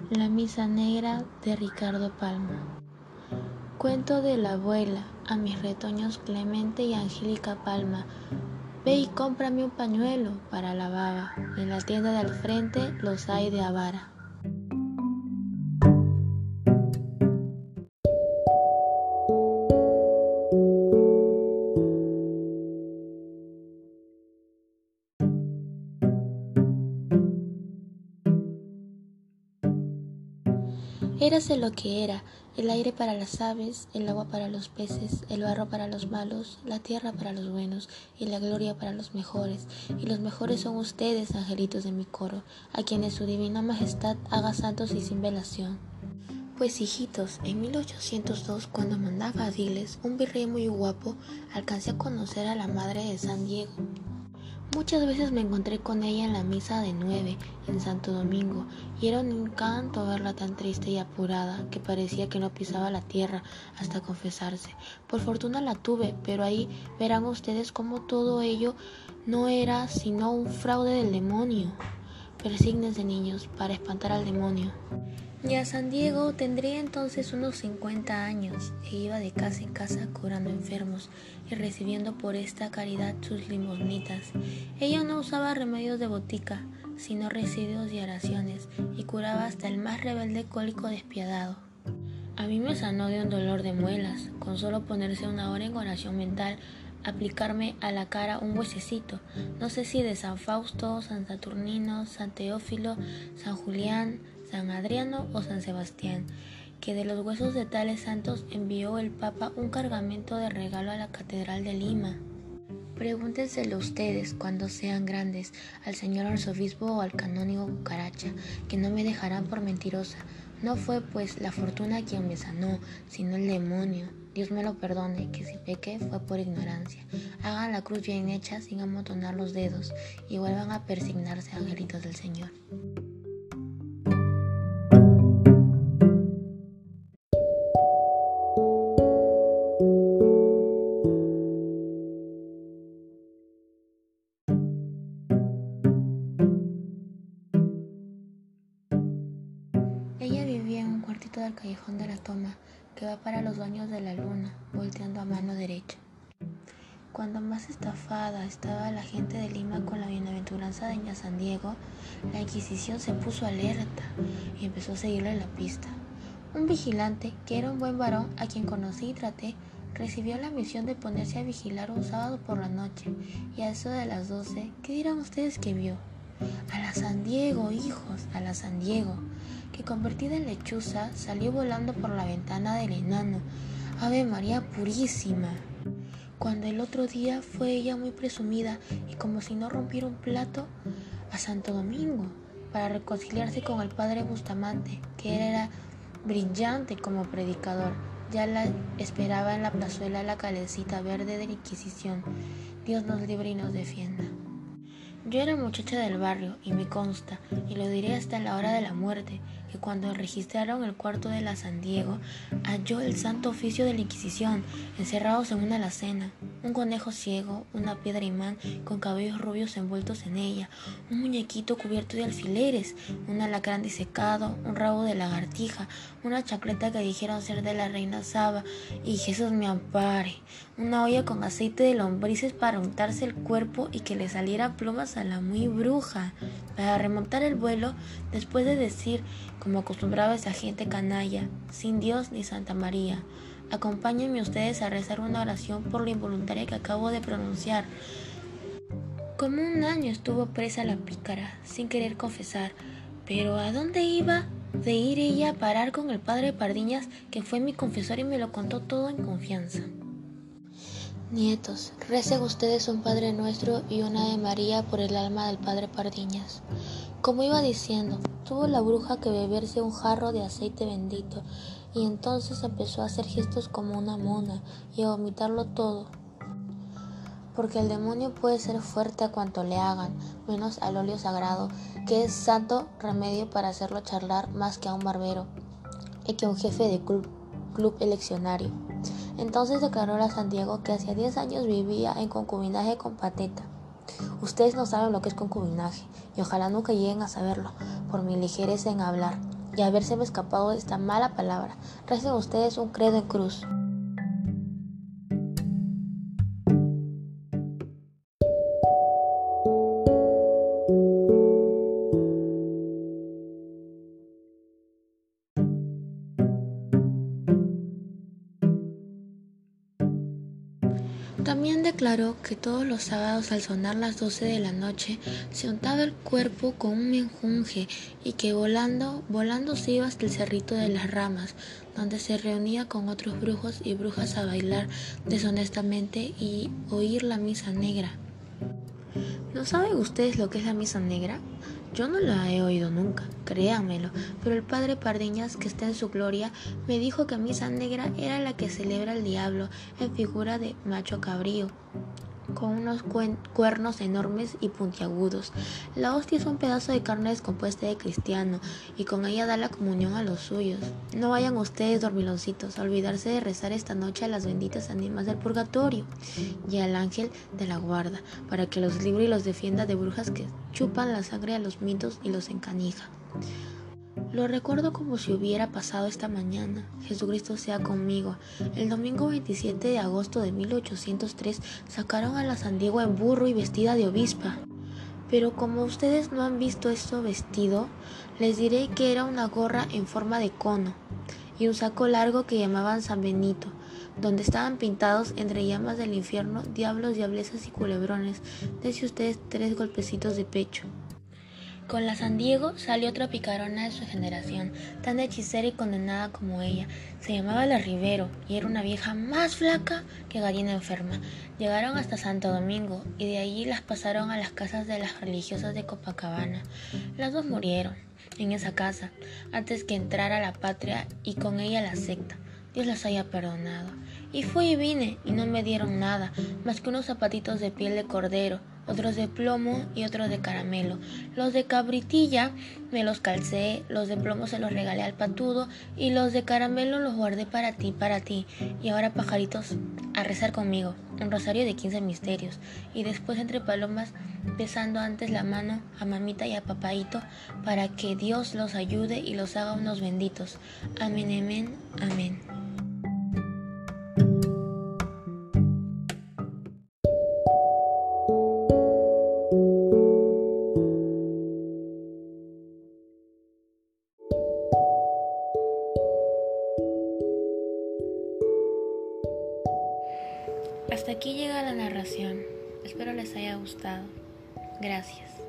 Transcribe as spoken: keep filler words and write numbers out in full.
La misa negra de Ricardo Palma. Cuento de la abuela a mis retoños Clemente y Angélica Palma. Ve y cómprame un pañuelo para la baba. En la tienda de al frente los hay de avara. Érase lo que era, el aire para las aves, el agua para los peces, el barro para los malos, la tierra para los buenos y la gloria para los mejores. Y los mejores son ustedes, angelitos de mi coro, a quienes su divina majestad haga santos y sin velación. Pues hijitos, en mil ochocientos dos, cuando mandaba a Diles, un virrey muy guapo, alcancé a conocer a la madre de San Diego. Muchas veces me encontré con ella en la misa de nueve, en Santo Domingo, y era un encanto verla tan triste y apurada, que parecía que no pisaba la tierra hasta confesarse. Por fortuna la tuve, pero ahí verán ustedes cómo todo ello no era sino un fraude del demonio. Persígnense, niños, para espantar al demonio. Y a San Diego tendría entonces unos cincuenta años e iba de casa en casa curando enfermos y recibiendo por esta caridad sus limosnitas. Ella no usaba remedios de botica, sino residuos y oraciones, y curaba hasta el más rebelde cólico despiadado. A mí me sanó de un dolor de muelas, con solo ponerse una hora en oración mental, aplicarme a la cara un huesecito, no sé si de San Fausto, San Saturnino, San Teófilo, San Julián, San Adriano o San Sebastián, que de los huesos de tales santos envió el Papa un cargamento de regalo a la Catedral de Lima. Pregúntenselo ustedes, cuando sean grandes, al señor arzobispo o al canónigo Cucaracha, que no me dejarán por mentirosa. No fue pues la fortuna quien me sanó, sino el demonio. Dios me lo perdone, que si pequé fue por ignorancia. Hagan la cruz bien hecha sin amontonar los dedos y vuelvan a persignarse, angelitos del Señor. Ella vivía en un cuartito del callejón de la Toma, que va para los baños de la luna, volteando a mano derecha. Cuando más estafada estaba la gente de Lima con la bienaventuranza de Ña San Diego, la Inquisición se puso alerta y empezó a seguirle la pista. Un vigilante, que era un buen varón a quien conocí y traté, recibió la misión de ponerse a vigilar un sábado por la noche, y a eso de las doce, ¿qué dirán ustedes que vio? A la San Diego, hijos, a la San Diego, que convertida en lechuza salió volando por la ventana del enano. ¡Ave María Purísima! Cuando el otro día fue ella muy presumida y como si no rompiera un plato a Santo Domingo para reconciliarse con el padre Bustamante, que era brillante como predicador. Ya la esperaba en la plazuela la calecita verde de la Inquisición. Dios nos libre y nos defienda. Yo era muchacha del barrio, y me consta, y lo diré hasta la hora de la muerte, que cuando registraron el cuarto de la San Diego, halló el santo oficio de la Inquisición, encerrados en una alacena, un conejo ciego, una piedra imán con cabellos rubios envueltos en ella, un muñequito cubierto de alfileres, un alacrán disecado, un rabo de lagartija, una chancleta que dijeron ser de la reina Saba, y Jesús me ampare, una olla con aceite de lombrices para untarse el cuerpo y que le salieran plumas a la muy bruja, para remontar el vuelo después de decir, como acostumbraba esa gente canalla, sin Dios ni Santa María. Acompáñenme ustedes a rezar una oración por la involuntaria que acabo de pronunciar. Como un año estuvo presa la pícara, sin querer confesar, pero ¿a dónde iba de ir ella a parar con el padre Pardiñas, que fue mi confesor y me lo contó todo en confianza? Nietos, recen ustedes un Padre Nuestro y una Ave María por el alma del padre Pardiñas. Como iba diciendo, tuvo la bruja que beberse un jarro de aceite bendito, y entonces empezó a hacer gestos como una mona y a vomitarlo todo. Porque el demonio puede ser fuerte a cuanto le hagan, menos al óleo sagrado, que es santo remedio para hacerlo charlar más que a un barbero y que a un jefe de club, club eleccionario. Entonces declaró a San Diego que hacía diez años vivía en concubinaje con Pateta. Ustedes no saben lo que es concubinaje, y ojalá nunca lleguen a saberlo, por mi ligereza en hablar. y habérseme escapado de esta mala palabra. Recen ustedes un credo en cruz. También declaró que todos los sábados al sonar las doce de la noche se untaba el cuerpo con un menjunje y que volando, volando se iba hasta el cerrito de las ramas, donde se reunía con otros brujos y brujas a bailar deshonestamente y oír la misa negra. ¿No saben ustedes lo que es la misa negra? Yo no la he oído nunca, créanmelo, pero el padre Pardiñas, que está en su gloria, me dijo que misa negra era la que celebra el diablo en figura de macho cabrío, con unos cuernos enormes y puntiagudos. La hostia es un pedazo de carne descompuesta de cristiano, y con ella da la comunión a los suyos. No vayan ustedes, dormiloncitos, a olvidarse de rezar esta noche a las benditas ánimas del purgatorio y al ángel de la guarda, para que los libre y los defienda de brujas que chupan la sangre a los mitos y los encanija. Lo recuerdo como si hubiera pasado esta mañana. Jesucristo sea conmigo. El domingo veintisiete de agosto de mil ochocientos tres sacaron a la sandigua en burro y vestida de obispa. Pero como ustedes no han visto esto vestido, les diré que era una gorra en forma de cono y un saco largo que llamaban San Benito, donde estaban pintados entre llamas del infierno diablos, diablesas y culebrones. Dense ustedes tres golpecitos de pecho. Con la San Diego salió otra picarona de su generación, tan hechicera y condenada como ella. Se llamaba la Rivero y era una vieja más flaca que gallina enferma. Llegaron hasta Santo Domingo y de allí las pasaron a las casas de las religiosas de Copacabana. Las dos murieron en esa casa antes que entrara la patria y con ella la secta. Dios las haya perdonado. Y fui y vine y no me dieron nada, más que unos zapatitos de piel de cordero, otros de plomo y otros de caramelo. Los de cabritilla me los calcé, los de plomo se los regalé al patudo y los de caramelo los guardé para ti, para ti. Y ahora, pajaritos, a rezar conmigo, un rosario de quince misterios, y después entre palomas besando antes la mano a mamita y a papaito para que Dios los ayude y los haga unos benditos. Amén, amén, amén. Hasta aquí llega la narración. Espero les haya gustado. Gracias.